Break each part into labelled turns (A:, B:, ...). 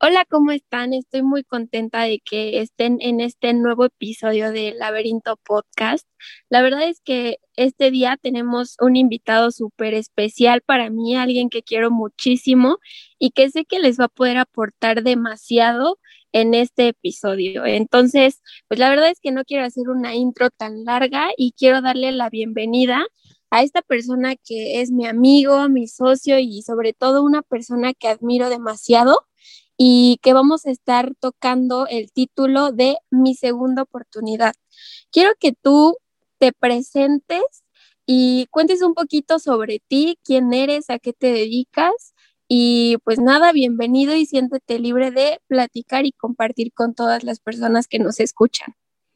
A: Hola, ¿cómo están? Estoy muy contenta de que estén en este nuevo episodio de Laberinto Podcast. La verdad es que este día tenemos un invitado súper especial para mí, alguien que quiero muchísimo y que sé que les va a poder aportar demasiado en este episodio. Entonces, pues la verdad es que no quiero hacer una intro tan larga y quiero darle la bienvenida a esta persona que es mi amigo, mi socio y sobre todo una persona que admiro demasiado y que vamos a estar tocando el título de Mi segunda oportunidad. Quiero que tú te presentes y cuentes un poquito sobre ti, quién eres, a qué te dedicas y pues nada, bienvenido y siéntete libre de platicar y compartir con todas las personas que nos escuchan.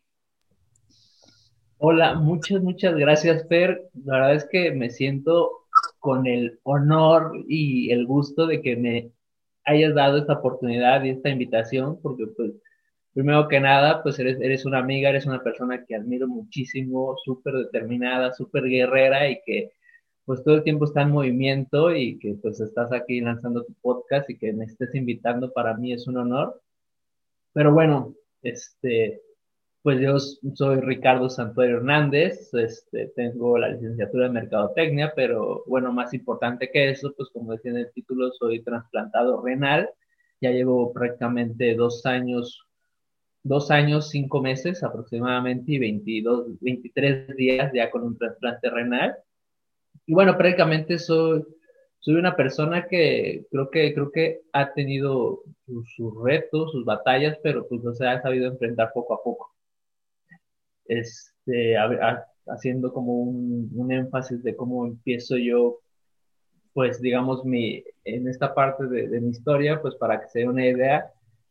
B: Hola, muchas gracias, Fer. La verdad es que me siento con el honor y el gusto de que me hayas dado esta oportunidad y esta invitación, porque pues primero que nada, pues eres una amiga, eres una persona que admiro muchísimo, súper determinada, súper guerrera y que pues todo el tiempo está en movimiento y que pues estás aquí lanzando tu podcast y que me estés invitando para mí es un honor. Pero bueno, este... Pues yo soy Ricardo Santuario Hernández, tengo la licenciatura en Mercadotecnia, pero bueno, más importante que eso, pues como decía en el título, soy trasplantado renal. Ya llevo prácticamente 2 años, 5 meses aproximadamente y 23 días ya con un trasplante renal. Y bueno, prácticamente soy una persona que creo que ha tenido sus retos, sus batallas, pero pues los ha sabido enfrentar poco a poco haciendo como un énfasis de cómo empiezo yo, pues digamos, en esta parte de mi historia, pues para que se dé una idea.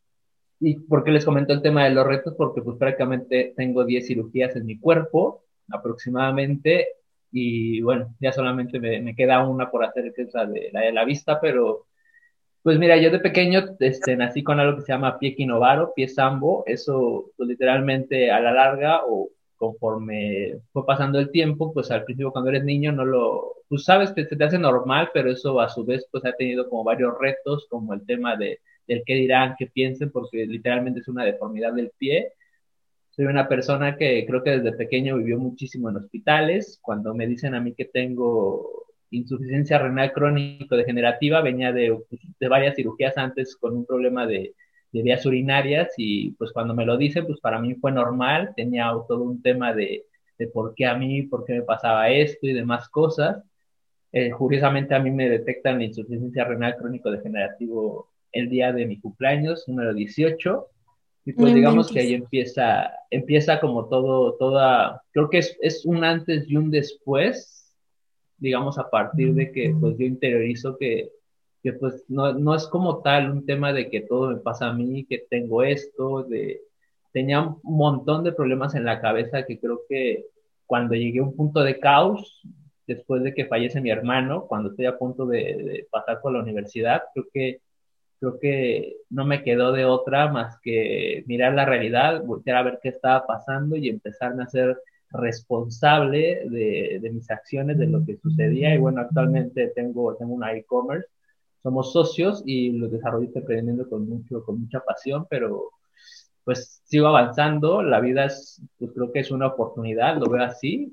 B: ¿Y por qué les comento el tema de los retos? Porque pues prácticamente tengo 10 cirugías en mi cuerpo aproximadamente y bueno, ya solamente me queda una por hacer, que es la de la vista, pero pues mira, yo de pequeño nací con algo que se llama pie quinovaro, pie sambo. Eso, pues literalmente a la larga o conforme fue pasando el tiempo, pues al principio cuando eres niño no pues sabes que se te hace normal, pero eso a su vez pues ha tenido como varios retos, como el tema del qué dirán, qué piensen, porque literalmente es una deformidad del pie. Soy una persona que creo que desde pequeño vivió muchísimo en hospitales. Cuando me dicen a mí que tengo insuficiencia renal crónico-degenerativa, venía de varias cirugías antes con un problema de vías urinarias y pues cuando me lo dicen, pues para mí fue normal. Tenía todo un tema de por qué a mí, por qué me pasaba esto y demás cosas. Curiosamente a mí me detectan la insuficiencia renal crónico-degenerativo el día de mi cumpleaños, número 18. Y
A: No
B: pues digamos que ahí
A: inventes.
B: empieza como creo que es un antes y un después, digamos, a partir de que pues yo interiorizo que pues no es como tal un tema de que todo me pasa a mí, que tengo esto, tenía un montón de problemas en la cabeza que creo que cuando llegué a un punto de caos, después de que fallece mi hermano, cuando estoy a punto de pasar por la universidad, creo que no me quedó de otra más que mirar la realidad, voltear a ver qué estaba pasando y empezarme a ser responsable de mis acciones, de lo que sucedía. Y bueno, actualmente tengo una e-commerce, somos socios y lo desarrollo y emprendiendo con mucha pasión, pero pues sigo avanzando, la vida pues creo que es una oportunidad, lo veo así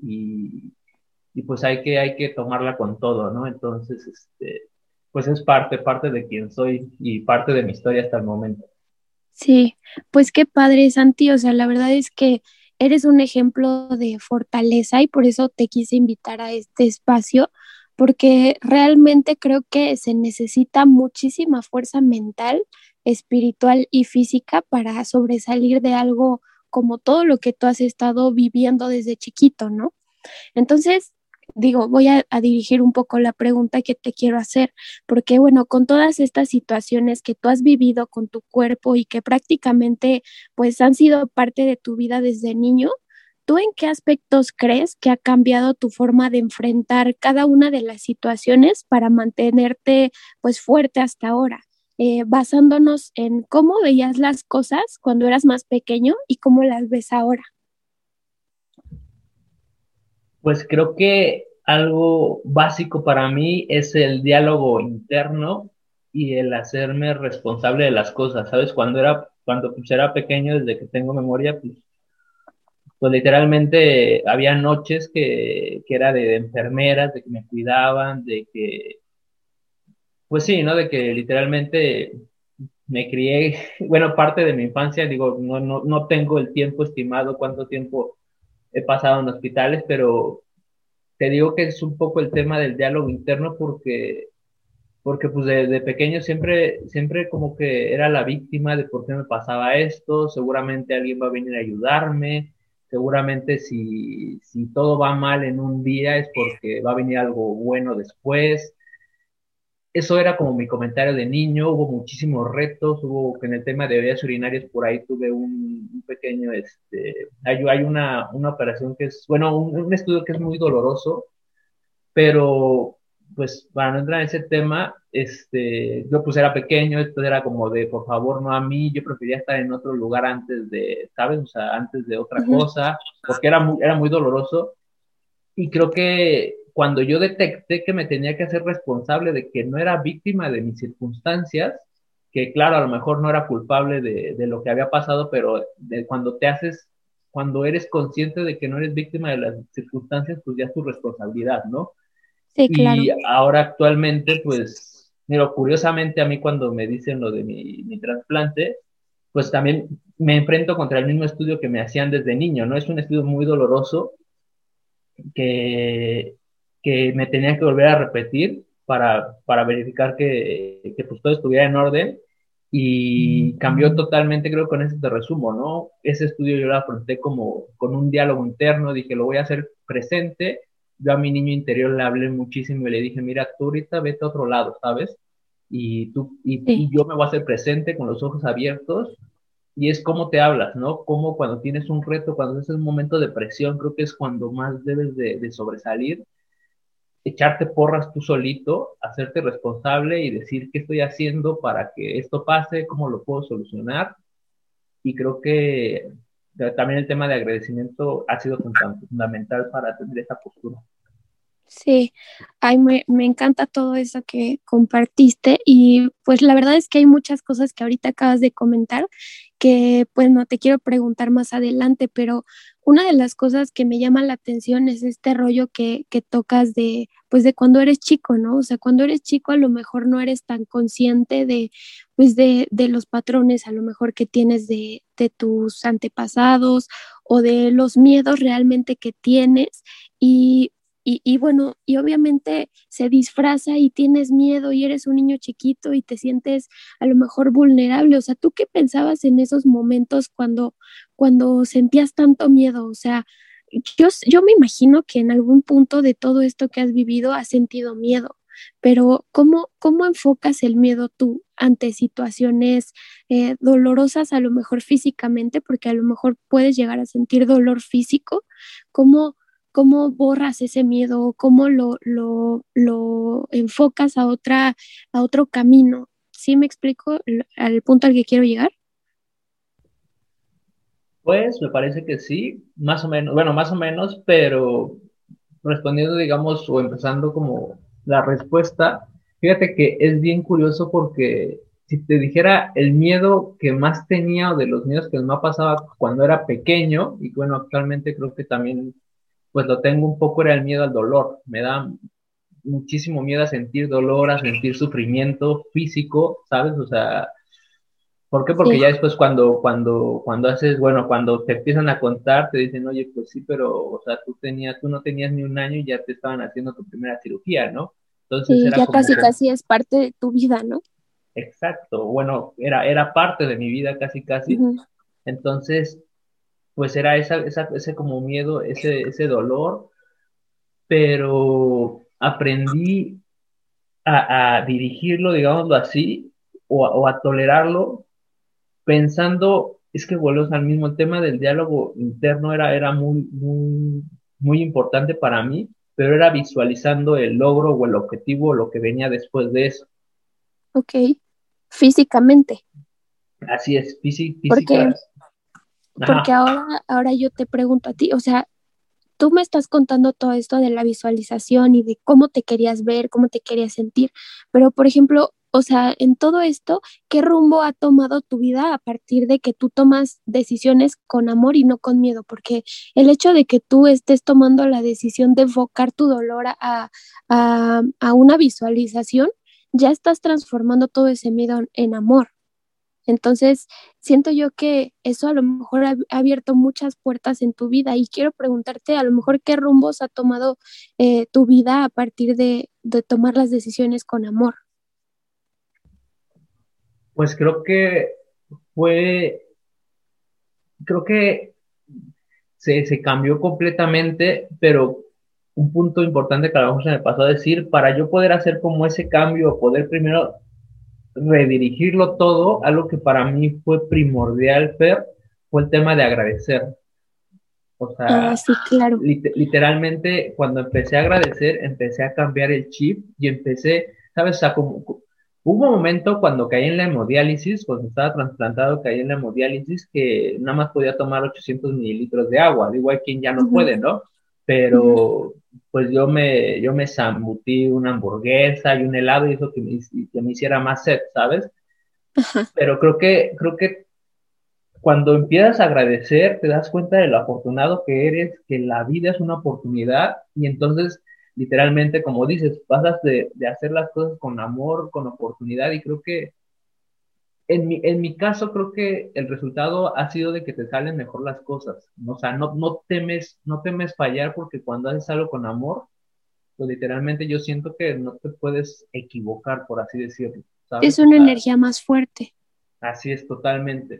B: y pues hay que tomarla con todo, ¿no? Entonces, pues es parte de quien soy y parte de mi historia hasta el momento.
A: Sí, pues qué padre, Santi. O sea, la verdad es que eres un ejemplo de fortaleza y por eso te quise invitar a este espacio, porque realmente creo que se necesita muchísima fuerza mental, espiritual y física para sobresalir de algo como todo lo que tú has estado viviendo desde chiquito, ¿no? Entonces, digo, voy a dirigir un poco la pregunta que te quiero hacer, porque bueno, con todas estas situaciones que tú has vivido con tu cuerpo y que prácticamente pues han sido parte de tu vida desde niño, ¿tú en qué aspectos crees que ha cambiado tu forma de enfrentar cada una de las situaciones para mantenerte pues fuerte hasta ahora? Basándonos en cómo veías las cosas cuando eras más pequeño y cómo las ves ahora.
B: Pues creo que algo básico para mí es el diálogo interno. y el hacerme responsable de las cosas, ¿sabes? Cuando pues, era pequeño, desde que tengo memoria, pues literalmente había noches que era de enfermeras, de que me cuidaban, de que, pues sí, ¿no? De que literalmente me crié, bueno, parte de mi infancia, digo, no tengo el tiempo estimado, cuánto tiempo he pasado en hospitales, pero te digo que es un poco el tema del diálogo interno porque pues de pequeño siempre como que era la víctima de por qué me pasaba esto, seguramente alguien va a venir a ayudarme, seguramente si todo va mal en un día es porque va a venir algo bueno después. Eso era como mi comentario de niño, hubo muchísimos retos, hubo que en el tema de vías urinarias por ahí tuve un pequeño, hay una operación que es, bueno, un estudio que es muy doloroso, pero pues para no entrar en ese tema, yo pues era pequeño, esto era como de por favor no a mí, yo prefería estar en otro lugar antes de, ¿sabes? O sea, antes de otra
A: Ujú.
B: cosa, porque era muy doloroso y creo que cuando yo detecté que me tenía que hacer responsable de que no era víctima de mis circunstancias, que claro, a lo mejor no era culpable de lo que había pasado, pero cuando eres consciente de que no eres víctima de las circunstancias, pues ya es tu responsabilidad, ¿no?
A: Sí, claro.
B: Y ahora actualmente, pues, mira, curiosamente a mí cuando me dicen lo de mi trasplante, pues también me enfrento contra el mismo estudio que me hacían desde niño, ¿no? Es un estudio muy doloroso que, que me tenía que volver a repetir para verificar que pues todo estuviera en orden y cambió totalmente, creo que con eso te resumo, ¿no? Ese estudio yo lo afronté como con un diálogo interno, dije, lo voy a hacer presente, yo a mi niño interior le hablé muchísimo y le dije, mira, tú ahorita vete a otro lado, ¿sabes?
A: Sí,
B: Y yo me voy a hacer presente con los ojos abiertos y es cómo te hablas, ¿no? Cómo cuando tienes un reto, cuando es un momento de presión, creo que es cuando más debes de sobresalir, echarte porras tú solito, hacerte responsable y decir qué estoy haciendo para que esto pase, cómo lo puedo solucionar. Y creo que también el tema de agradecimiento ha sido fundamental para tener esa postura.
A: sí. Ay, me encanta todo eso que compartiste y pues la verdad es que hay muchas cosas que ahorita acabas de comentar que pues no te quiero preguntar más adelante, pero una de las cosas que me llama la atención es este rollo que tocas de pues de cuando eres chico, ¿no? O sea, cuando eres chico a lo mejor no eres tan consciente de pues de los patrones a lo mejor que tienes de tus antepasados o de los miedos realmente que tienes y y bueno, y obviamente se disfraza y tienes miedo y eres un niño chiquito y te sientes a lo mejor vulnerable. O sea, ¿tú qué pensabas en esos momentos cuando sentías tanto miedo? O sea, yo me imagino que en algún punto de todo esto que has vivido has sentido miedo, pero ¿cómo enfocas el miedo tú ante situaciones dolorosas, a lo mejor físicamente, porque a lo mejor puedes llegar a sentir dolor físico? ¿Cómo, cómo borras ese miedo? ¿Cómo lo enfocas a otro camino? ¿Sí me explico al punto al que quiero llegar?
B: Pues me parece que sí, más o menos, bueno, más o menos, pero respondiendo, digamos, o empezando como la respuesta, fíjate que es bien curioso porque si te dijera el miedo que más tenía o de los miedos que más pasaba cuando era pequeño, y bueno, actualmente creo que también pues lo tengo un poco, era el miedo al dolor. Me da muchísimo miedo a sentir dolor, a sentir sufrimiento físico, ¿sabes? O sea, ¿por qué? Porque
A: Sí,
B: ya después cuando haces, bueno, cuando te empiezan a contar, te dicen, oye, pues sí, pero, o sea, tú no tenías ni un año y ya te estaban haciendo tu primera cirugía, ¿no? Entonces
A: sí,
B: era
A: ya
B: como,
A: casi casi es parte de tu vida, ¿no?
B: exacto, bueno, era parte de mi vida casi casi.
A: Ujú.
B: Entonces, pues era ese como miedo, ese dolor, pero aprendí a dirigirlo, digámoslo así, o a tolerarlo pensando, es que volvemos al mismo tema del diálogo interno, era muy importante para mí, pero era visualizando el logro o el objetivo o lo que venía después de eso.
A: Ok, físicamente,
B: Así es,
A: porque,
B: física,
A: porque
B: ajá,
A: ahora yo te pregunto a ti, o sea, tú me estás contando todo esto de la visualización y de cómo te querías ver, cómo te querías sentir, pero por ejemplo, o sea, en todo esto, ¿qué rumbo ha tomado tu vida a partir de que tú tomas decisiones con amor y no con miedo? Porque el hecho de que tú estés tomando la decisión de enfocar tu dolor a una visualización, ya estás transformando todo ese miedo en amor. Entonces, siento yo que eso a lo mejor ha abierto muchas puertas en tu vida y quiero preguntarte a lo mejor qué rumbos ha tomado tu vida a partir de tomar las decisiones con amor.
B: Pues fue, creo que se cambió completamente, pero un punto importante que a lo mejor se me pasó a decir, para yo poder hacer como ese cambio, poder primero redirigirlo todo, algo que para mí fue primordial, Fer, fue el tema de agradecer. O
A: Ah,
B: sea,
A: sí, claro.
B: literalmente cuando empecé a agradecer, empecé a cambiar el chip y empecé, ¿sabes? O sea, hubo un momento cuando caí en la hemodiálisis, cuando estaba trasplantado, caí en la hemodiálisis que nada más podía tomar 800 mililitros de agua. Digo, hay quien ya no
A: Ujú,
B: puede, ¿no?
A: ujú.
B: Pero pues yo me zambutí una hamburguesa y un helado y eso que me hiciera más sed, ¿sabes?
A: Ajá.
B: Pero creo que cuando empiezas a agradecer, te das cuenta de lo afortunado que eres, que la vida es una oportunidad y entonces, literalmente, como dices, pasas de hacer las cosas con amor, con oportunidad y creo que en mi caso, creo que el resultado ha sido de que te salen mejor las cosas, ¿no? O sea, no temes fallar porque cuando haces algo con amor, pues literalmente yo siento que no te puedes equivocar, por así decirlo, ¿sabes?
A: Es
B: O
A: una
B: sea,
A: energía más fuerte.
B: así es totalmente.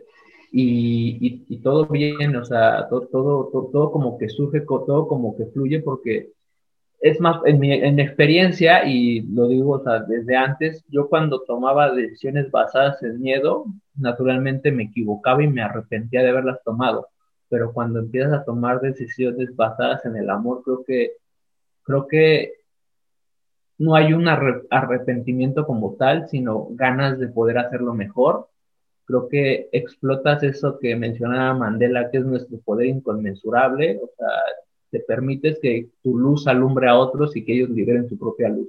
B: Y todo bien, o sea, todo como que surge, todo como que fluye, porque es más, en mi experiencia, y lo digo, o sea, desde antes, yo cuando tomaba decisiones basadas en miedo, naturalmente me equivocaba y me arrepentía de haberlas tomado. Pero cuando empiezas a tomar decisiones basadas en el amor, creo que no hay un arrepentimiento como tal, sino ganas de poder hacerlo mejor. Creo que explotas eso que mencionaba Mandela, que es nuestro poder inconmensurable, o sea, te permites que tu luz alumbre a otros y que ellos liberen su propia luz.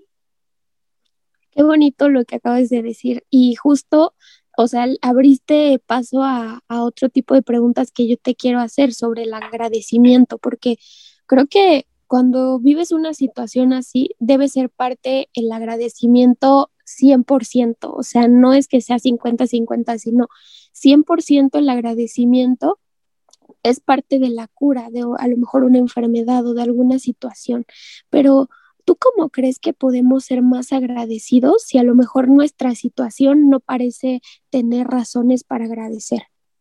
A: Qué bonito lo que acabas de decir. Y justo, o sea, abriste paso a otro tipo de preguntas que yo te quiero hacer sobre el agradecimiento, porque creo que cuando vives una situación así, debe ser parte el agradecimiento 100%. O sea, no es que sea 50-50, sino 100% el agradecimiento es parte de la cura de a lo mejor una enfermedad o de alguna situación. Pero ¿tú cómo crees que podemos ser más agradecidos si a lo mejor nuestra situación no parece tener razones para agradecer?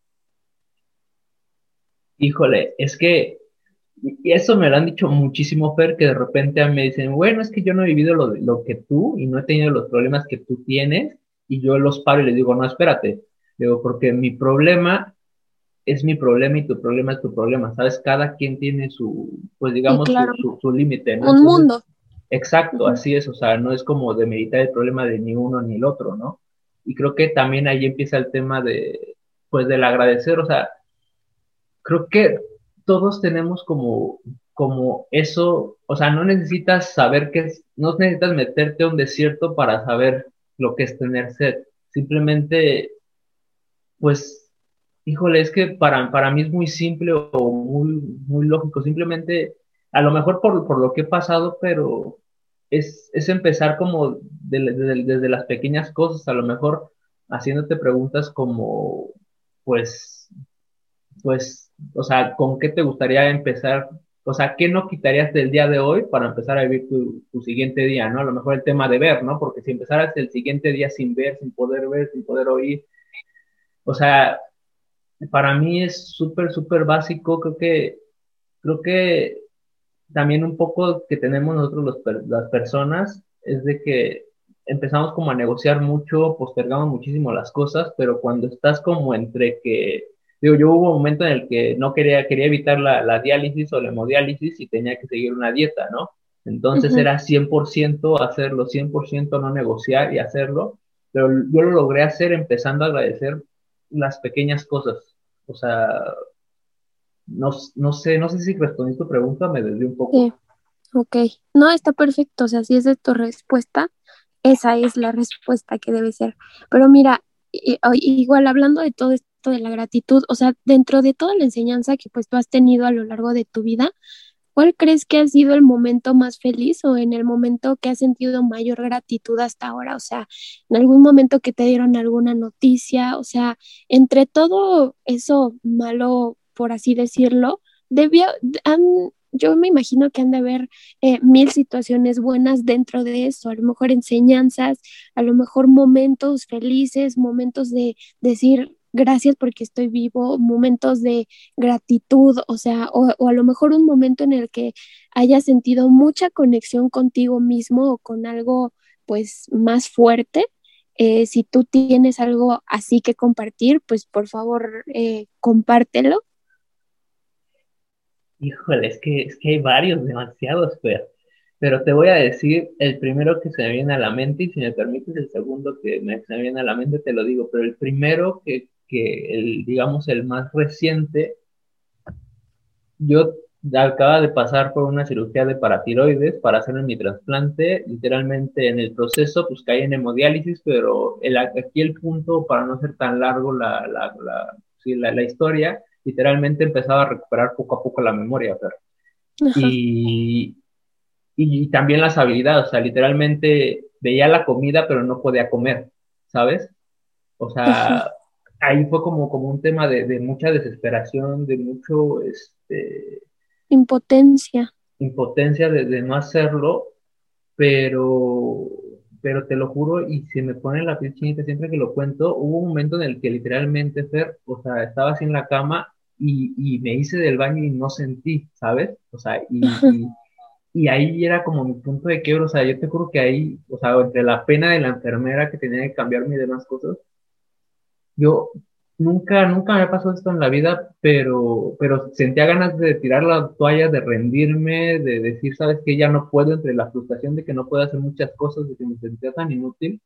B: Híjole, es que, y eso me lo han dicho muchísimo, Fer, que de repente a mí me dicen, bueno, es que yo no he vivido lo que tú y no he tenido los problemas que tú tienes, y yo los paro y les digo, no, espérate, digo, porque mi problema es mi problema y tu problema es tu problema, ¿sabes? Cada quien tiene pues
A: Sí,
B: digamos,
A: claro,
B: su límite, ¿no?
A: un
B: Entonces,
A: mundo.
B: exacto,
A: Ujú.
B: así es, o sea, no es como de meditar el problema de ni uno ni el otro, ¿no? Y creo que también ahí empieza el tema pues, del agradecer, o sea, creo que todos tenemos como eso, o sea, no necesitas saber qué es, no necesitas meterte a un desierto para saber lo que es tener sed, simplemente pues, híjole, es que para mí es muy simple o muy lógico. Simplemente, a lo mejor por lo que he pasado, pero es empezar como desde las pequeñas cosas, a lo mejor haciéndote preguntas como, pues, o sea, ¿con qué te gustaría empezar? O sea, ¿qué no quitarías del día de hoy para empezar a vivir tu siguiente día, ¿no? A lo mejor el tema de ver, ¿no? Porque si empezaras el siguiente día sin ver, sin poder oír, o sea, para mí es súper, súper básico. Creo que también un poco que tenemos nosotros las personas es de que empezamos como a negociar mucho, postergamos muchísimo las cosas, pero cuando estás como entre que, digo, yo hubo un momento en el que no quería evitar la diálisis o la hemodiálisis y tenía que seguir una dieta, ¿no? Entonces
A: Ujú.
B: era 100% hacerlo, 100% no negociar y hacerlo, pero yo lo logré hacer empezando a agradecer las pequeñas cosas. O sea, no sé si respondí tu pregunta, me desvié un poco.
A: Sí, ok. No, está perfecto. O sea, si esa es tu respuesta, esa es la respuesta que debe ser. Pero mira, igual hablando de todo esto de la gratitud, o sea, dentro de toda la enseñanza que pues tú has tenido a lo largo de tu vida, ¿cuál crees que ha sido el momento más feliz o en el momento que has sentido mayor gratitud hasta ahora? O sea, en algún momento que te dieron alguna noticia, o sea, entre todo eso malo, por así decirlo, debió, yo me imagino que han de haber mil situaciones buenas dentro de eso, a lo mejor enseñanzas, a lo mejor momentos felices, momentos de decir gracias porque estoy vivo, momentos de gratitud, o sea, o a lo mejor un momento en el que hayas sentido mucha conexión contigo mismo o con algo pues más fuerte. Si tú tienes algo así que compartir, pues por favor compártelo.
B: Híjole, es que hay varios, demasiados, pero te voy a decir el primero que se me viene a la mente y si me permites el segundo se me viene a la mente, te lo digo, pero el primero digamos, el más reciente, yo acaba de pasar por una cirugía de paratiroides para hacerme mi trasplante, literalmente en el proceso pues caí en hemodiálisis, pero aquí el punto, para no ser tan largo sí, la historia, literalmente empezaba a recuperar poco a poco la memoria,
A: Ajá.
B: y, y también las habilidades, o sea, literalmente veía la comida, pero no podía comer, ¿sabes? O
A: Ajá.
B: sea, ahí fue como un tema de mucha desesperación, de mucho,
A: Impotencia.
B: impotencia de no hacerlo, pero, pero te lo juro, y se me pone la piel chinita siempre que lo cuento, hubo un momento en el que literalmente, Fer, o sea, estaba así en la cama y me hice del baño y no sentí, ¿sabes? O sea,
A: Ajá.
B: y ahí era como mi punto de quiebre, o sea, yo te juro que ahí, o sea, entre la pena de la enfermera que tenía que cambiarme y demás cosas, yo nunca me pasó esto en la vida, pero sentía ganas de tirar la toalla, de rendirme, de decir, sabes que ya no puedo, entre la frustración de que no puedo hacer muchas cosas, de que me sentía tan inútil.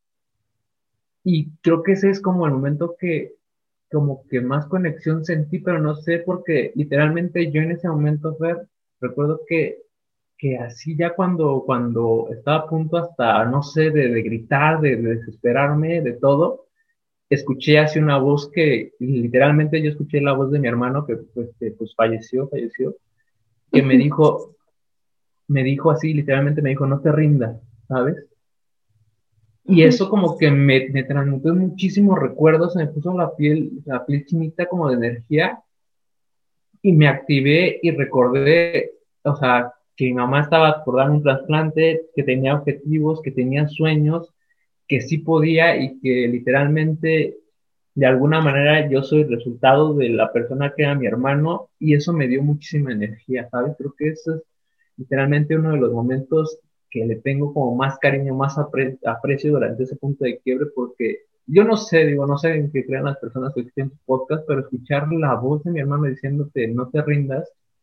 B: Y creo que ese es como el momento como que más conexión sentí, pero no sé, porque literalmente yo en ese momento, Fer, recuerdo que así ya cuando estaba a punto hasta, no sé, de gritar, de desesperarme, de todo, escuché así una voz que literalmente yo escuché la voz de mi hermano que pues falleció, que
A: Ujú.
B: me dijo así, literalmente me dijo, no te rindas, ¿sabes? Y
A: Ujú.
B: eso como que me transmitió muchísimos recuerdos, me puso la piel chinita como de energía y me activé y recordé, o sea, que mi mamá estaba por dar un trasplante, que tenía objetivos, que tenía sueños, que sí podía y que literalmente de alguna manera yo soy resultado de la persona que era mi hermano y eso me dio muchísima energía, ¿sabes? Creo que eso es literalmente uno de los momentos que le tengo como más cariño, más aprecio durante ese punto de quiebre porque yo no sé, digo, no sé en qué crean las personas que escuchan tu podcast, pero escuchar la voz de mi hermano diciéndote no te rindas,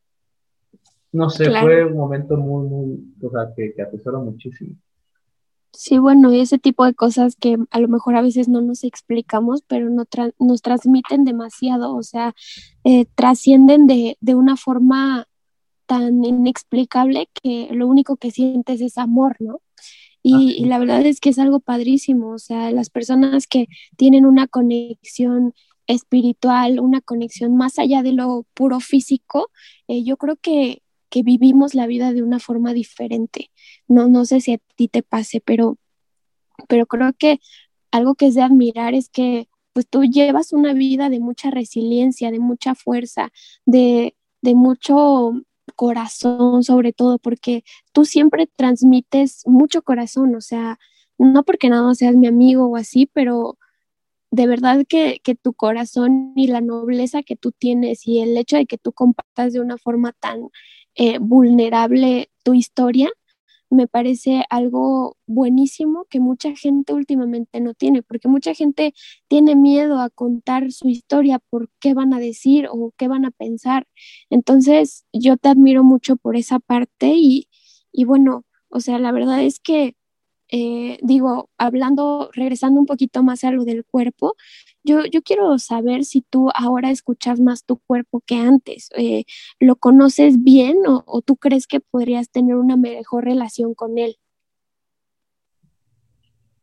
B: no sé,
A: Claro.
B: fue un momento muy, o sea, que atesoro muchísimo.
A: Sí, bueno, y ese tipo de cosas que a lo mejor a veces no nos explicamos, pero no nos transmiten demasiado, o sea, trascienden de una forma tan inexplicable que lo único que sientes es amor, ¿no? Y
B: Así,
A: la verdad es que es algo padrísimo, o sea, las personas que tienen una conexión espiritual, una conexión más allá de lo puro físico, yo creo que vivimos la vida de una forma diferente. No, no sé si a ti te pase, pero creo que algo que es de admirar es que pues tú llevas una vida de mucha resiliencia, de mucha fuerza, de mucho corazón sobre todo, porque tú siempre transmites mucho corazón, o sea, no porque nada más seas mi amigo o así, pero de verdad que tu corazón y la nobleza que tú tienes y el hecho de que tú compartas de una forma tan vulnerable tu historia, me parece algo buenísimo que mucha gente últimamente no tiene, porque mucha gente tiene miedo a contar su historia por qué van a decir o qué van a pensar. Entonces, yo te admiro mucho por esa parte y bueno, o sea, la verdad es que digo, hablando, regresando un poquito más a lo del cuerpo, yo quiero saber si tú ahora escuchas más tu cuerpo que antes. ¿Lo conoces bien o tú crees que podrías tener una mejor relación con él?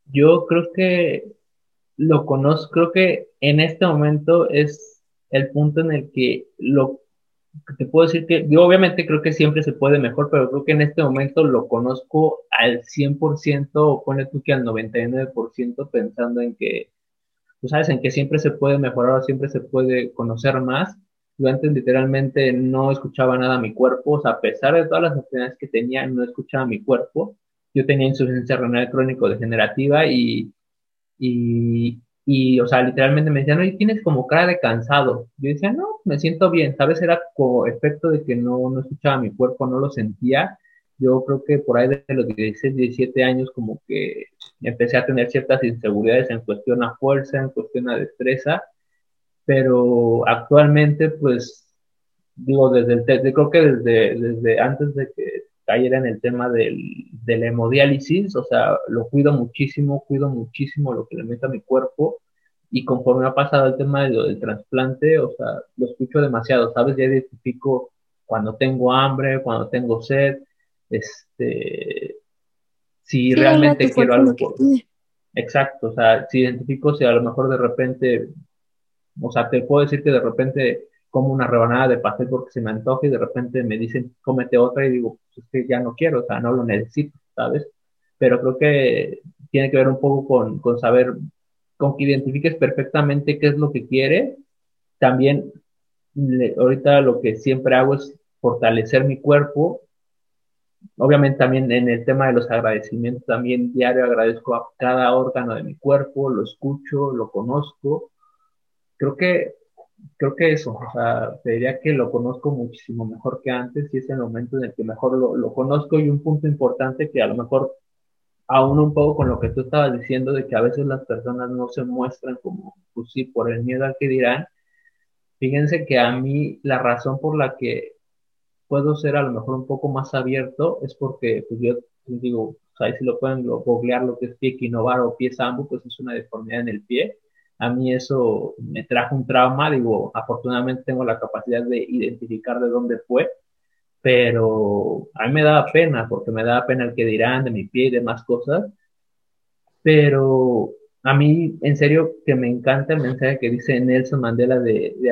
B: Yo creo que lo conozco, creo que en este momento es el punto en el que lo que te puedo decir que yo obviamente creo que siempre se puede mejor, pero creo que en este momento lo conozco al 100% o ponle tú que al 99% pensando en que, tú sabes, en que siempre se puede mejorar o siempre se puede conocer más. Yo antes literalmente no escuchaba nada a mi cuerpo, o sea, a pesar de todas las enfermedades que tenía, no escuchaba a mi cuerpo. Yo tenía insuficiencia renal crónico degenerativa y, o sea, literalmente me decían, oye, tienes como cara de cansado. Yo decía, no, me siento bien, ¿sabes? Era como efecto de que no escuchaba mi cuerpo, no lo sentía. Yo creo que por ahí de los 16, 17 años como que empecé a tener ciertas inseguridades en cuestión a fuerza, en cuestión a destreza, pero actualmente, pues, digo, creo que desde antes de que cayera en el tema del hemodiálisis, o sea, lo cuido muchísimo lo que le meto a mi cuerpo, y conforme ha pasado el tema del trasplante, o sea, lo escucho demasiado, ¿sabes? Ya identifico cuando tengo hambre, cuando tengo sed, este, si
A: Sí, habla tu
B: realmente quiero
A: cuerpo lo
B: algo
A: que
B: por...
A: pide.
B: Exacto, o sea, si identifico si a lo mejor de repente, o sea, te puedo decir que de repente como una rebanada de pastel porque se me antoja y de repente me dicen, cómete otra y digo, pues es que ya no quiero, o sea, no lo necesito, ¿sabes? Pero creo que tiene que ver un poco con saber, con que identifiques perfectamente qué es lo que quieres. También ahorita lo que siempre hago es fortalecer mi cuerpo. Obviamente también en el tema de los agradecimientos, también diario agradezco a cada órgano de mi cuerpo, lo escucho, lo conozco. Creo que Creo que eso, o sea, te diría que lo conozco muchísimo mejor que antes y es el momento en el que mejor lo conozco, y un punto importante que a lo mejor aún un poco con lo que tú estabas diciendo de que a veces las personas no se muestran como, pues sí, por el miedo al que dirán. Fíjense que a mí la razón por la que puedo ser a lo mejor un poco más abierto es porque, pues yo les digo, o sea, ahí si lo pueden googlear lo que es pie quinovar o pie sambo, pues es una deformidad en el pie. A mí eso me trajo un trauma, digo, afortunadamente tengo la capacidad de identificar de dónde fue, pero a mí me daba pena, porque me daba pena el que dirán de mi pie y demás cosas, pero a mí, en serio, que me encanta el mensaje que dice Nelson Mandela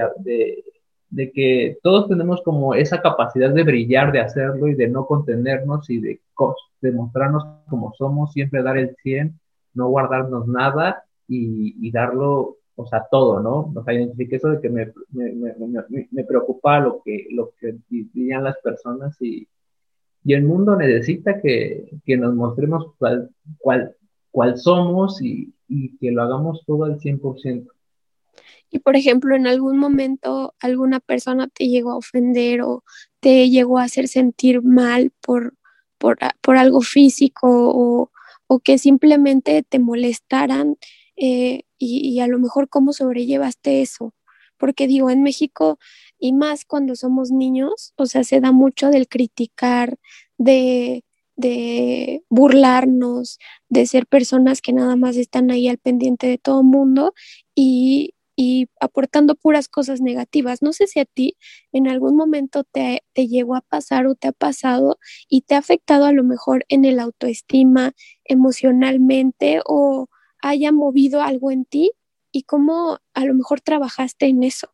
B: de que todos tenemos como esa capacidad de brillar, de hacerlo y de no contenernos y de mostrarnos como somos, siempre dar el 100, no guardarnos nada y darlo, o sea, todo, ¿no? O sea, identifique eso de que me preocupa lo que dirían las personas, y el mundo necesita que nos mostremos cuál, cuál somos, y que lo hagamos todo al 100%.
A: Y por ejemplo, en algún momento alguna persona te llegó a ofender o te llegó a hacer sentir mal por algo físico o que simplemente te molestaran y a lo mejor cómo sobrellevaste eso. Porque digo, en México y más cuando somos niños, o sea, se da mucho del criticar, de burlarnos, de ser personas que nada más están ahí al pendiente de todo mundo y aportando puras cosas negativas. No sé si a ti en algún momento te llegó a pasar o te ha pasado y te ha afectado a lo mejor en el autoestima, emocionalmente o haya movido algo en ti y cómo a lo mejor trabajaste en eso.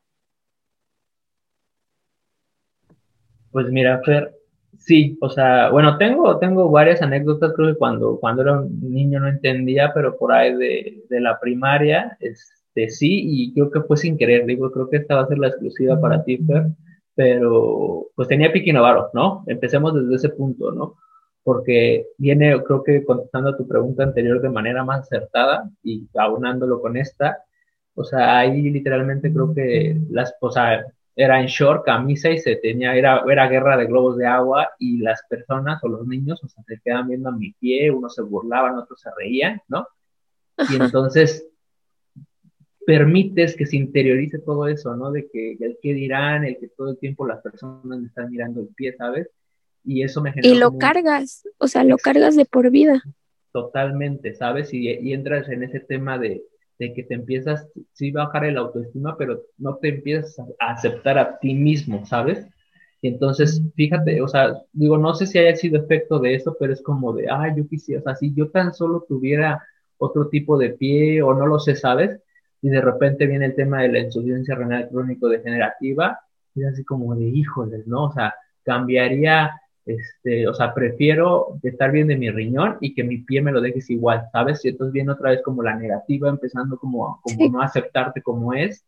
B: Pues mira, Fer, sí, o sea, bueno, tengo varias anécdotas. Creo que cuando era un niño no entendía, pero por ahí de la primaria, sí, y creo que fue sin querer, digo, creo que esta va a ser la exclusiva para ti, Fer, pero pues tenía Piki Novaros, ¿no? Empecemos desde ese punto, ¿no? Porque viene, creo que contestando a tu pregunta anterior de manera más acertada y aunándolo con esta, o sea, ahí literalmente creo que o sea, era en short, camisa, y era guerra de globos de agua, y las personas o los niños, o sea, se quedaban viendo a mi pie, unos se burlaban, otros se reían, ¿no? Y
A: Ajá.
B: entonces permites que se interiorice todo eso, ¿no? De que el que dirán, el que todo el tiempo las personas me están mirando el pie, ¿sabes? Y eso me
A: Y
B: generó
A: lo
B: como un
A: cargas, o sea, lo cargas de por vida.
B: totalmente, ¿sabes? Y entras en ese tema de que te empiezas, sí, bajar el autoestima, pero no te empiezas a aceptar a ti mismo, ¿sabes? Y entonces, fíjate, o sea, digo, no sé si haya sido efecto de eso, pero es como de, ah, yo quisiera, o sea, si yo tan solo tuviera otro tipo de pie o no lo sé, ¿sabes? Y de repente viene el tema de la insuficiencia renal crónico-degenerativa y es así como de híjoles, ¿no? O sea, cambiaría, o sea, prefiero estar bien de mi riñón y que mi pie me lo dejes igual, ¿sabes? Y entonces viene otra vez como la negativa, empezando como
A: Sí.
B: no aceptarte como es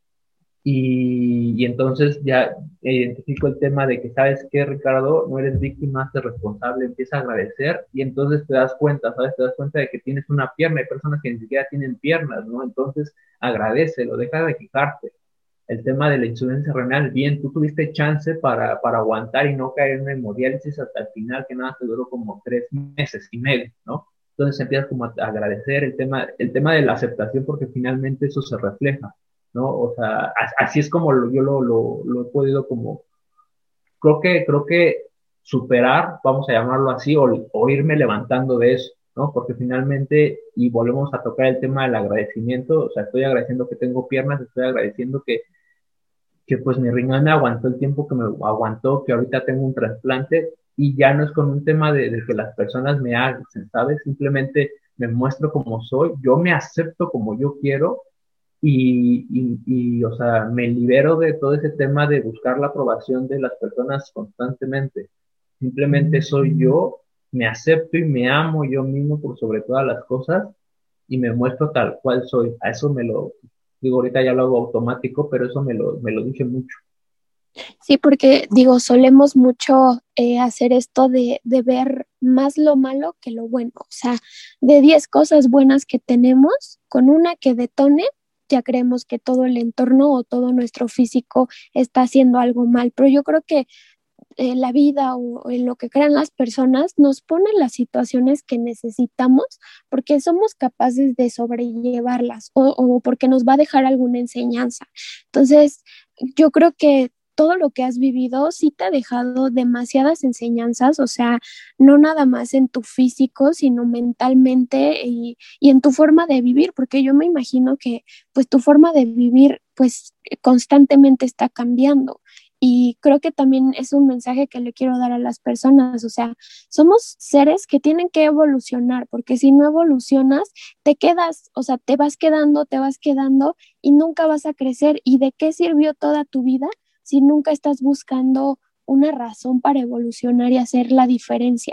B: y entonces ya identifico el tema de que, ¿sabes qué, Ricardo? No eres víctima, hazte responsable, empieza a agradecer y entonces te das cuenta, ¿sabes? Te das cuenta de que tienes una pierna, hay personas que ni siquiera tienen piernas, ¿no? Entonces agradecelo, deja de quejarte. El tema de la insuficiencia renal, bien, tú tuviste chance para aguantar y no caer en una hemodiálisis hasta el final, que nada te duró como 3 meses y medio, ¿no? Entonces empiezas como a agradecer el tema de la aceptación porque finalmente eso se refleja, ¿no? O sea, así es como yo lo he podido como, creo que superar, vamos a llamarlo así, o irme levantando de eso, ¿no? Porque finalmente, y volvemos a tocar el tema del agradecimiento, o sea, estoy agradeciendo que tengo piernas, estoy agradeciendo que pues mi riñón me aguantó el tiempo que me aguantó, que ahorita tengo un trasplante, y ya no es con un tema de que las personas me hagan, ¿sabes? Simplemente me muestro como soy, yo me acepto como yo quiero o sea, me libero de todo ese tema de buscar la aprobación de las personas constantemente. Simplemente soy yo, me acepto y me amo yo mismo por sobre todas las cosas y me muestro tal cual soy. A eso me lo digo, ahorita ya lo hago automático, pero eso me lo dije mucho.
A: Sí, porque digo, solemos mucho hacer esto de ver más lo malo que lo bueno. O sea, de 10 cosas buenas que tenemos, con una que detone, ya creemos que todo el entorno o todo nuestro físico está haciendo algo mal. Pero yo creo que la vida o en lo que crean las personas nos pone en las situaciones que necesitamos porque somos capaces de sobrellevarlas o porque nos va a dejar alguna enseñanza. Entonces, yo creo que todo lo que has vivido sí te ha dejado demasiadas enseñanzas, o sea, no nada más en tu físico, sino mentalmente y en tu forma de vivir, porque yo me imagino que pues tu forma de vivir pues constantemente está cambiando. Y creo que también es un mensaje que le quiero dar a las personas, o sea, somos seres que tienen que evolucionar, porque si no evolucionas, te quedas, o sea, te vas quedando y nunca vas a crecer. ¿Y de qué sirvió toda tu vida si nunca estás buscando una razón para evolucionar y hacer la diferencia?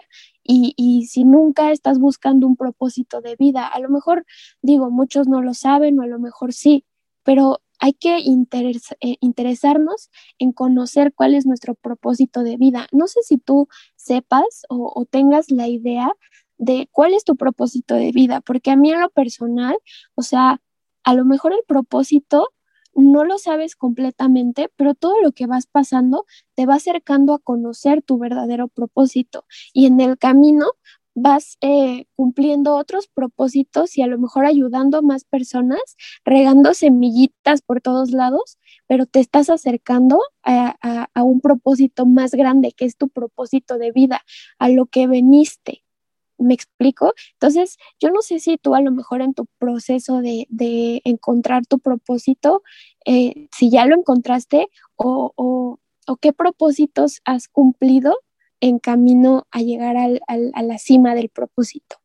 A: Y si nunca estás buscando un propósito de vida, a lo mejor, digo, muchos no lo saben o a lo mejor sí, pero hay que interesarnos en conocer cuál es nuestro propósito de vida. No sé si tú sepas o tengas la idea de cuál es tu propósito de vida, porque a mí en lo personal, o sea, a lo mejor el propósito no lo sabes completamente, pero todo lo que vas pasando te va acercando a conocer tu verdadero propósito y en el camino vas cumpliendo otros propósitos y a lo mejor ayudando a más personas, regando semillitas por todos lados, pero te estás acercando a un propósito más grande, que es tu propósito de vida, a lo que veniste. ¿Me explico? Entonces, yo no sé si tú a lo mejor en tu proceso de encontrar tu propósito, si ya lo encontraste o qué propósitos has cumplido en camino a llegar a la cima del propósito.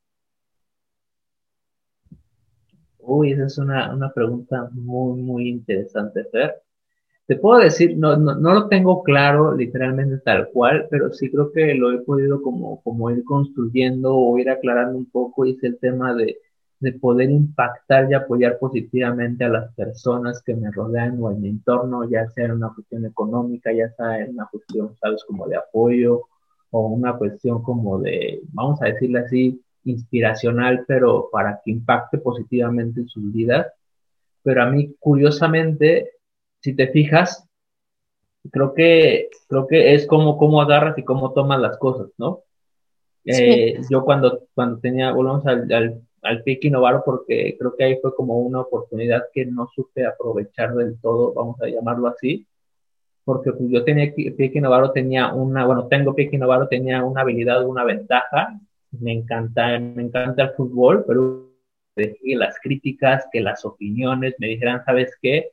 B: Uy, esa es una pregunta muy, muy interesante, Fer. Te puedo decir, no lo tengo claro literalmente tal cual, pero sí creo que lo he podido como ir construyendo o ir aclarando un poco, y es el tema de poder impactar y apoyar positivamente a las personas que me rodean o en mi entorno, ya sea en una cuestión económica, ya sea en una cuestión, sabes, como de apoyo o una cuestión como de, vamos a decirle así, inspiracional, pero para que impacte positivamente en sus vidas. Pero a mí, curiosamente, si te fijas, creo que es cómo agarras y cómo tomas las cosas, ¿no?
A: Sí,
B: Yo cuando tenía, volvemos al Piki Novaro, porque creo que ahí fue como una oportunidad que no supe aprovechar del todo, vamos a llamarlo así, porque pues yo tenía, Piki Novaro tenía bueno, tengo Piki Novaro tenía una habilidad, una ventaja, me encanta el fútbol, pero que las críticas, que las opiniones me dijeran, ¿sabes qué?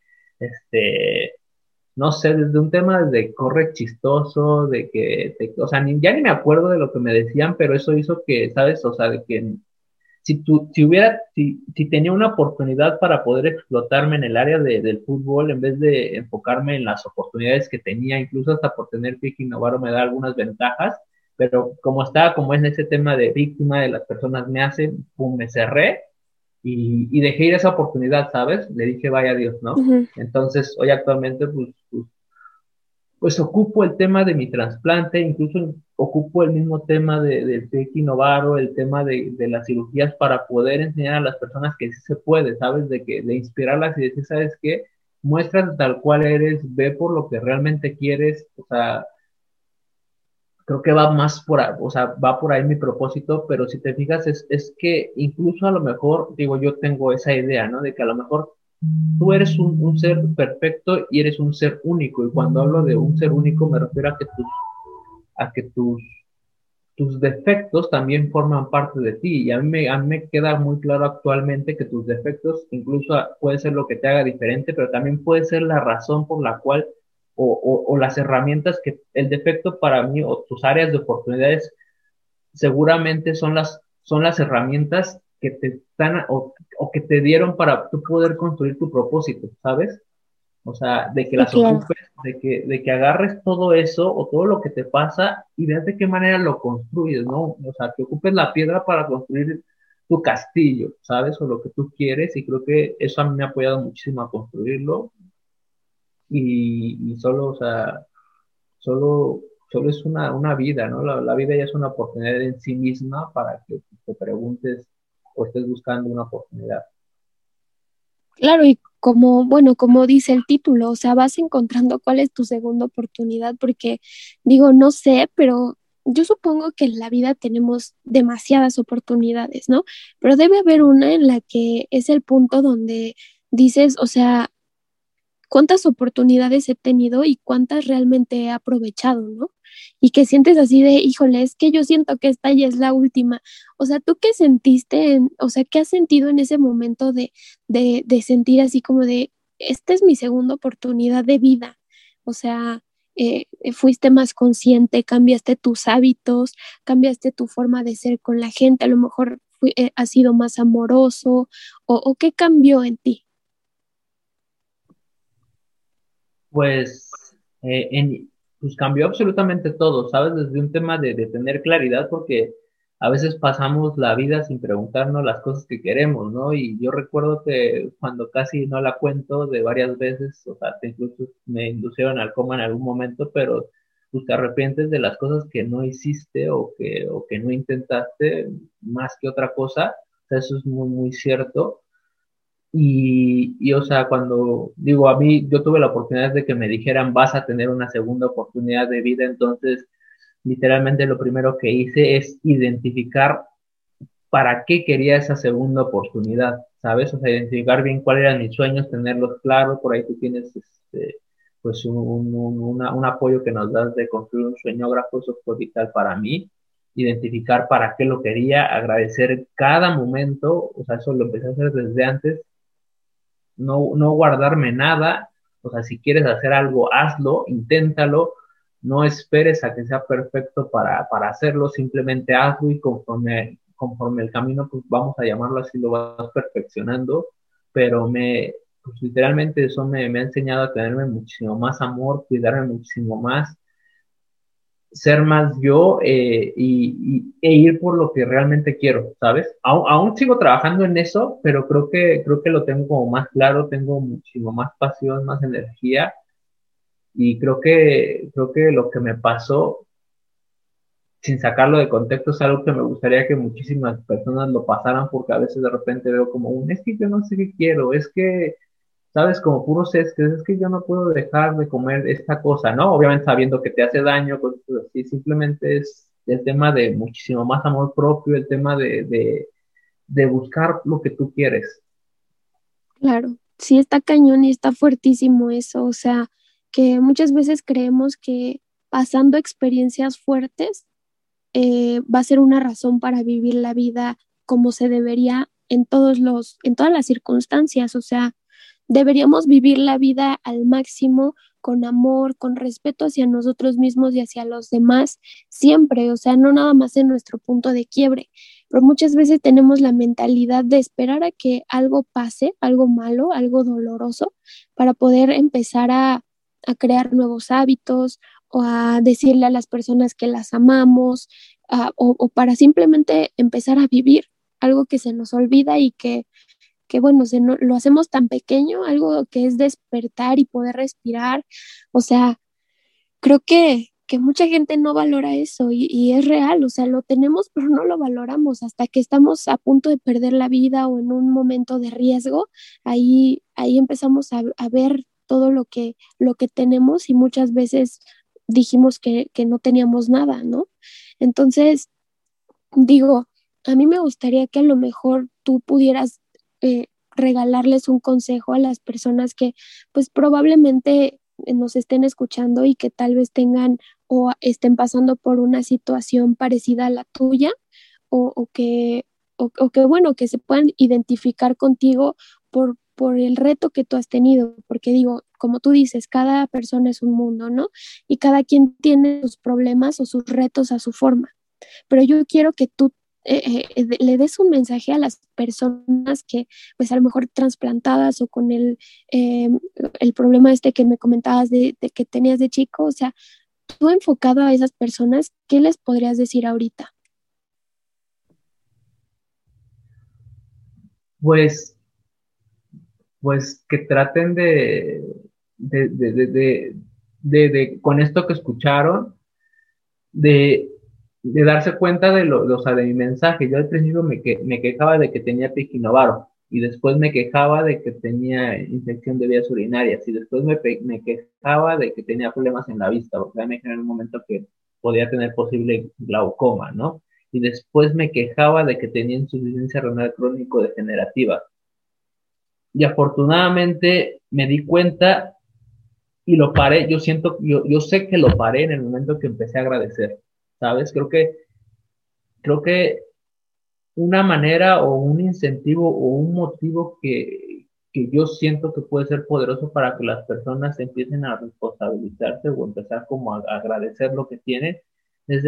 B: No sé, desde un tema de corre chistoso, o sea, ya ni me acuerdo de lo que me decían, pero eso hizo que, ¿sabes? O sea, de que si tenía una oportunidad para poder explotarme en el área del fútbol, en vez de enfocarme en las oportunidades que tenía, incluso hasta por tener Piqui Novaro me da algunas ventajas, pero como estaba como en ese tema de víctima de las personas me hacen, pum, me cerré y dejé ir esa oportunidad, ¿sabes? Le dije, vaya Dios, ¿no?
A: Ujú.
B: Entonces, hoy actualmente, pues ocupo el tema de mi trasplante, incluso ocupo el mismo tema del Pequi Novaro, el tema de las cirugías para poder enseñar a las personas que sí se puede, ¿sabes? De inspirarlas y decir, ¿sabes qué? Muéstrate tal cual eres, ve por lo que realmente quieres, o sea, creo que va más por ahí, o sea, va por ahí mi propósito, pero si te fijas, es que incluso a lo mejor, digo, yo tengo esa idea, ¿no? De que a lo mejor tú eres un ser perfecto y eres un ser único. Y cuando hablo de un ser único me refiero a que tus defectos también forman parte de ti. Y a mí me queda muy claro actualmente que tus defectos incluso puede ser lo que te haga diferente, pero también puede ser la razón por la cual o las herramientas que el defecto para mí o tus áreas de oportunidades seguramente son las herramientas que te están o que te dieron para tú poder construir tu propósito, ¿sabes? O sea, de que
A: Sí,
B: las
A: claro.
B: ocupes, de que agarres todo eso o todo lo que te pasa y veas de qué manera lo construyes, ¿no? O sea, que ocupes la piedra para construir tu castillo, ¿sabes? O lo que tú quieres y creo que eso a mí me ha apoyado muchísimo a construirlo y solo, o sea, solo, solo es una vida, ¿no? La vida ya es una oportunidad en sí misma para que te preguntes o estés buscando una oportunidad.
A: Claro, y como, bueno, como dice el título, o sea, vas encontrando cuál es tu segunda oportunidad, porque digo, no sé, pero yo supongo que en la vida tenemos demasiadas oportunidades, ¿no? Pero debe haber una en la que es el punto donde dices, o sea, cuántas oportunidades he tenido y cuántas realmente he aprovechado, ¿no? Y que sientes así de, híjole, es que yo siento que esta ya es la última. O sea, ¿tú qué sentiste, o sea, qué has sentido en ese momento de sentir así como de, esta es mi segunda oportunidad de vida? O sea, fuiste más consciente, cambiaste tus hábitos, cambiaste tu forma de ser con la gente, a lo mejor has sido más amoroso, o qué cambió en ti.
B: Pues, pues cambió absolutamente todo, ¿sabes? Desde un tema de tener claridad, porque a veces pasamos la vida sin preguntarnos las cosas que queremos, ¿no? Y yo recuerdo que cuando casi no la cuento de varias veces, o sea, incluso me inducieron al coma en algún momento, pero pues te arrepientes de las cosas que no hiciste o que no intentaste más que otra cosa, o sea, eso es muy, muy cierto. O sea, cuando digo a mí, yo tuve la oportunidad de que me dijeran vas a tener una segunda oportunidad de vida, entonces literalmente lo primero que hice es identificar para qué quería esa segunda oportunidad, ¿sabes? O sea, identificar bien cuáles eran mis sueños, tenerlos claros, por ahí tú tienes pues un apoyo que nos das de construir un sueñógrafo, eso fue vital para mí, identificar para qué lo quería, agradecer cada momento, o sea, eso lo empecé a hacer desde antes, no guardarme nada, o sea, si quieres hacer algo, hazlo, inténtalo, no esperes a que sea perfecto para hacerlo, simplemente hazlo y conforme el camino, pues vamos a llamarlo así, lo vas perfeccionando, pero pues literalmente eso me ha enseñado a tenerme muchísimo más amor, cuidarme muchísimo más, ser más yo e ir por lo que realmente quiero, ¿sabes? Aún sigo trabajando en eso, pero creo que lo tengo como más claro, tengo muchísimo más pasión, más energía y creo que lo que me pasó, sin sacarlo de contexto, es algo que me gustaría que muchísimas personas lo pasaran porque a veces de repente veo como es que yo no sé qué quiero, es que sabes, como puros es que yo no puedo dejar de comer esta cosa, ¿no? Obviamente sabiendo que te hace daño, cosas así, simplemente es el tema de muchísimo más amor propio, el tema de buscar lo que tú quieres.
A: Claro, sí está cañón y está fuertísimo eso, o sea, que muchas veces creemos que pasando experiencias fuertes va a ser una razón para vivir la vida como se debería en todas las circunstancias, o sea, deberíamos vivir la vida al máximo, con amor, con respeto hacia nosotros mismos y hacia los demás, siempre, o sea, no nada más en nuestro punto de quiebre. pero muchas veces tenemos la mentalidad de esperar a que algo pase, algo malo, algo doloroso, para poder empezar a crear nuevos hábitos o a decirle a las personas que las amamos, o para simplemente empezar a vivir algo que se nos olvida y que bueno, lo hacemos tan pequeño, algo que es despertar y poder respirar. O sea, creo que mucha gente no valora eso y es real, o sea, lo tenemos, pero no lo valoramos hasta que estamos a punto de perder la vida o en un momento de riesgo, ahí empezamos a ver todo lo que tenemos y muchas veces dijimos que no teníamos nada, ¿no? Entonces, digo, a mí me gustaría que a lo mejor tú pudieras regalarles un consejo a las personas que pues probablemente nos estén escuchando y que tal vez tengan o estén pasando por una situación parecida a la tuya o que, o que bueno, que se puedan identificar contigo por el reto que tú has tenido, porque digo, como tú dices, cada persona es un mundo, ¿no? Y cada quien tiene sus problemas o sus retos a su forma, pero yo quiero que tú le des un mensaje a las personas que pues a lo mejor trasplantadas o con el problema este que me comentabas de que tenías de chico, o sea, tú enfocado a esas personas, ¿qué les podrías decir ahorita?
B: Pues, pues que traten de, de, de, de, con esto que escucharon, de, de darse cuenta o sea, de mi mensaje. Yo al principio me quejaba de que tenía piquinovaro y después me quejaba de que tenía infección de vías urinarias y después me quejaba de que tenía problemas en la vista, porque ya me dijeron en un momento que podía tener posible glaucoma, ¿no? Y después me quejaba de que tenía insuficiencia renal crónico degenerativa. Y afortunadamente me di cuenta y lo paré. Yo sé que lo paré en el momento que empecé a agradecer, ¿sabes? Creo que una manera o un incentivo o un motivo que yo siento que puede ser poderoso para que las personas empiecen a responsabilizarse o empezar como a agradecer lo que tienen, es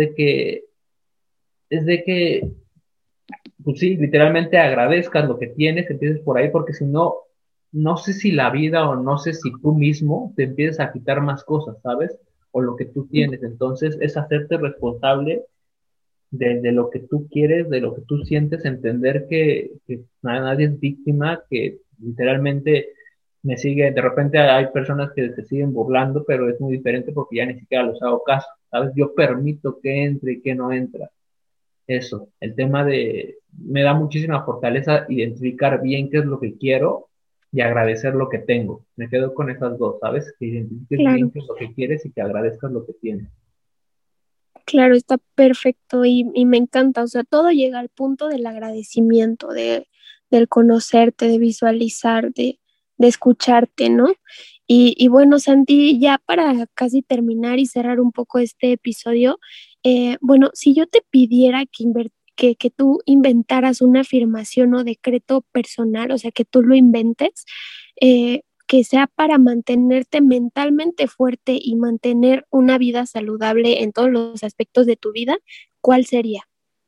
B: es de que, pues sí, literalmente agradezcas lo que tienes, empieces por ahí, porque si no, no sé si la vida o no sé si tú mismo te empiezas a quitar más cosas, ¿sabes? O lo que tú tienes. Entonces es hacerte responsable de lo que tú quieres, de lo que tú sientes, entender que nadie es víctima, que literalmente me sigue, de repente hay personas que se siguen burlando, pero es muy diferente porque ya ni siquiera los hago caso, ¿sabes? Yo permito que entre y que no entra. Eso, el tema me da muchísima fortaleza identificar bien qué es lo que quiero y agradecer lo que tengo. Me quedo con esas dos, ¿sabes? Que identifiques bien
A: Claro,
B: qué es lo que quieres y que agradezcas lo que tienes.
A: claro, está perfecto y me encanta, o sea, todo llega al punto del agradecimiento, del conocerte, de visualizar, de escucharte, ¿no? Y bueno, Santi, ya para casi terminar y cerrar un poco este episodio, bueno, si yo te pidiera que tú inventaras una afirmación o decreto personal, o sea, que tú lo inventes, que sea para mantenerte mentalmente fuerte y mantener una vida saludable en todos los aspectos de tu vida, ¿cuál sería?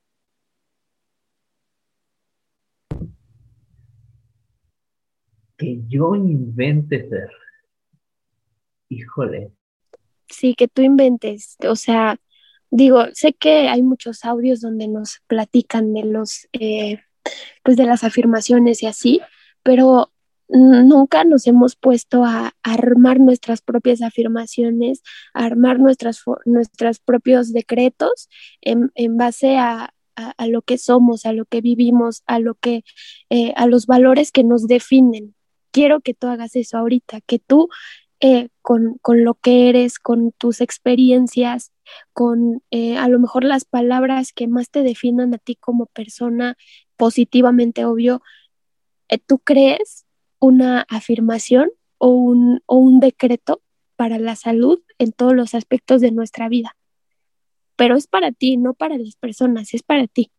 B: Que yo invente ser, híjole.
A: Sí, que tú inventes, o sea, digo, sé que hay muchos audios donde nos platican de pues de las afirmaciones y así, pero nunca nos hemos puesto a armar nuestras propias afirmaciones, a armar nuestros propios decretos en base a lo que somos, a lo que vivimos, a los valores que nos definen. Quiero que tú hagas eso ahorita, que tú con lo que eres, con tus experiencias, con a lo mejor las palabras que más te definan a ti como persona positivamente, obvio, ¿tú crees una afirmación o un decreto para la salud en todos los aspectos de nuestra vida? Pero es para ti, no para las personas, es para ti.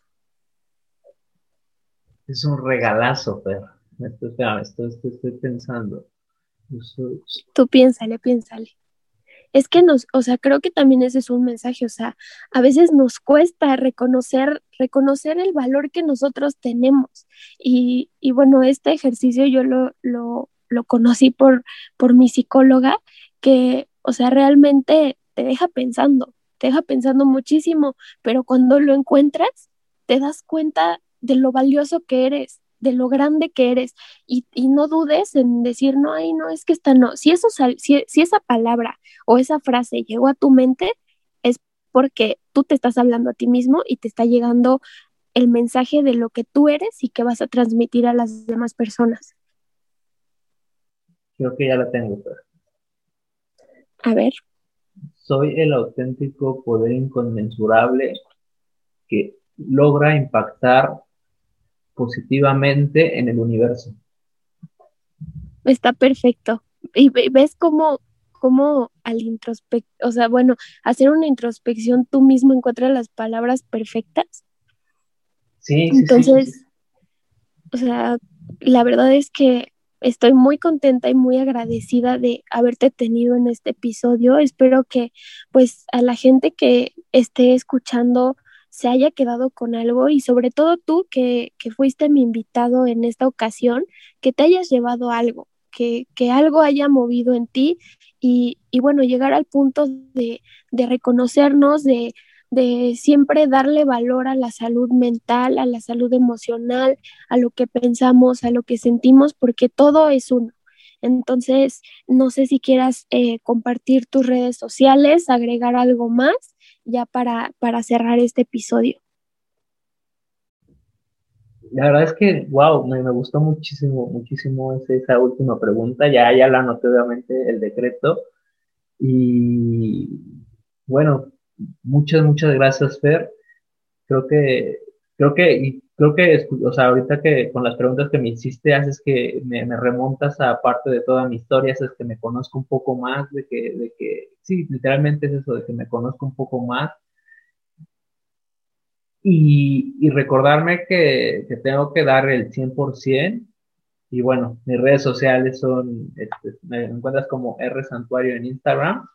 B: Es un regalazo, pero espera, estoy pensando. Eso-
A: Tú piénsale, piénsale. Es que o sea, creo que también ese es un mensaje, o sea, a veces nos cuesta reconocer reconocer el valor que nosotros tenemos. Y bueno, este ejercicio yo lo conocí por mi psicóloga, que, o sea, realmente te deja pensando muchísimo, pero cuando lo encuentras, te das cuenta de lo valioso que eres, de lo grande que eres, y no dudes en decir, no, ay, no, es que esta no. Si esa palabra o esa frase llegó a tu mente, es porque tú te estás hablando a ti mismo y te está llegando el mensaje de lo que tú eres y que vas a transmitir a las demás personas.
B: Creo que ya la tengo, Fer.
A: A ver,
B: Soy el auténtico poder inconmensurable que logra impactar positivamente en el universo.
A: está perfecto. Y ves cómo o sea, bueno, hacer una introspección tú mismo encuentras las palabras perfectas.
B: Sí, sí, sí.
A: Entonces, o sea, la verdad es que estoy muy contenta y muy agradecida de haberte tenido en este episodio. Espero que pues a la gente que esté escuchando se haya quedado con algo, y sobre todo tú que fuiste mi invitado en esta ocasión, que te hayas llevado algo, que algo haya movido en ti, y bueno, llegar al punto de reconocernos, de siempre darle valor a la salud mental, a la salud emocional, a lo que pensamos, a lo que sentimos, porque todo es uno. Entonces, no sé si quieras compartir tus redes sociales, agregar algo más ya para cerrar este episodio.
B: La verdad es que, wow, me gustó muchísimo, muchísimo esa última pregunta. Ya la anoté, obviamente, el decreto. Y bueno, muchas gracias, Fer. Creo que, o sea, ahorita que con las preguntas que me hiciste, haces que me remontas a parte de toda mi historia, haces que me conozco un poco más, sí, literalmente es eso, de que me conozco un poco más y recordarme que tengo que dar el 100%. Y bueno, mis redes sociales son, me encuentras como R Santuario en Instagram.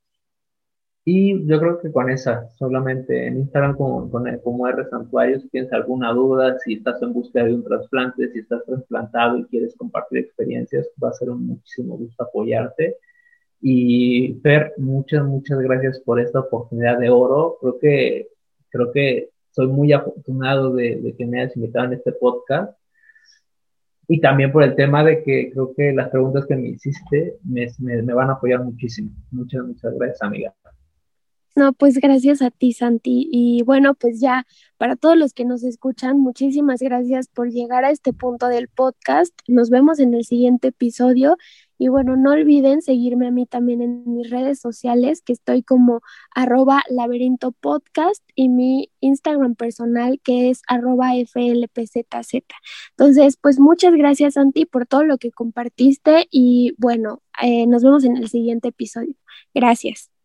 B: Y yo creo que con esa, solamente en Instagram como R Santuario, si tienes alguna duda, si estás en búsqueda de un trasplante, si estás trasplantado y quieres compartir experiencias, va a ser un muchísimo gusto apoyarte. Y Fer, muchas gracias por esta oportunidad de oro. Creo que soy muy afortunado de que me hayas invitado en este podcast. Y también por el tema de que creo que las preguntas que me hiciste me van a apoyar muchísimo. Muchas gracias, amiga.
A: No, pues gracias a ti, Santi. Y bueno, pues ya para todos los que nos escuchan, muchísimas gracias por llegar a este punto del podcast. Nos vemos en el siguiente episodio. Y bueno, no olviden seguirme a mí también en mis redes sociales, que estoy como @laberinto podcast, y mi Instagram personal, que es @flpzz. Entonces, pues muchas gracias, Santi, por todo lo que compartiste, y bueno, nos vemos en el siguiente episodio. Gracias.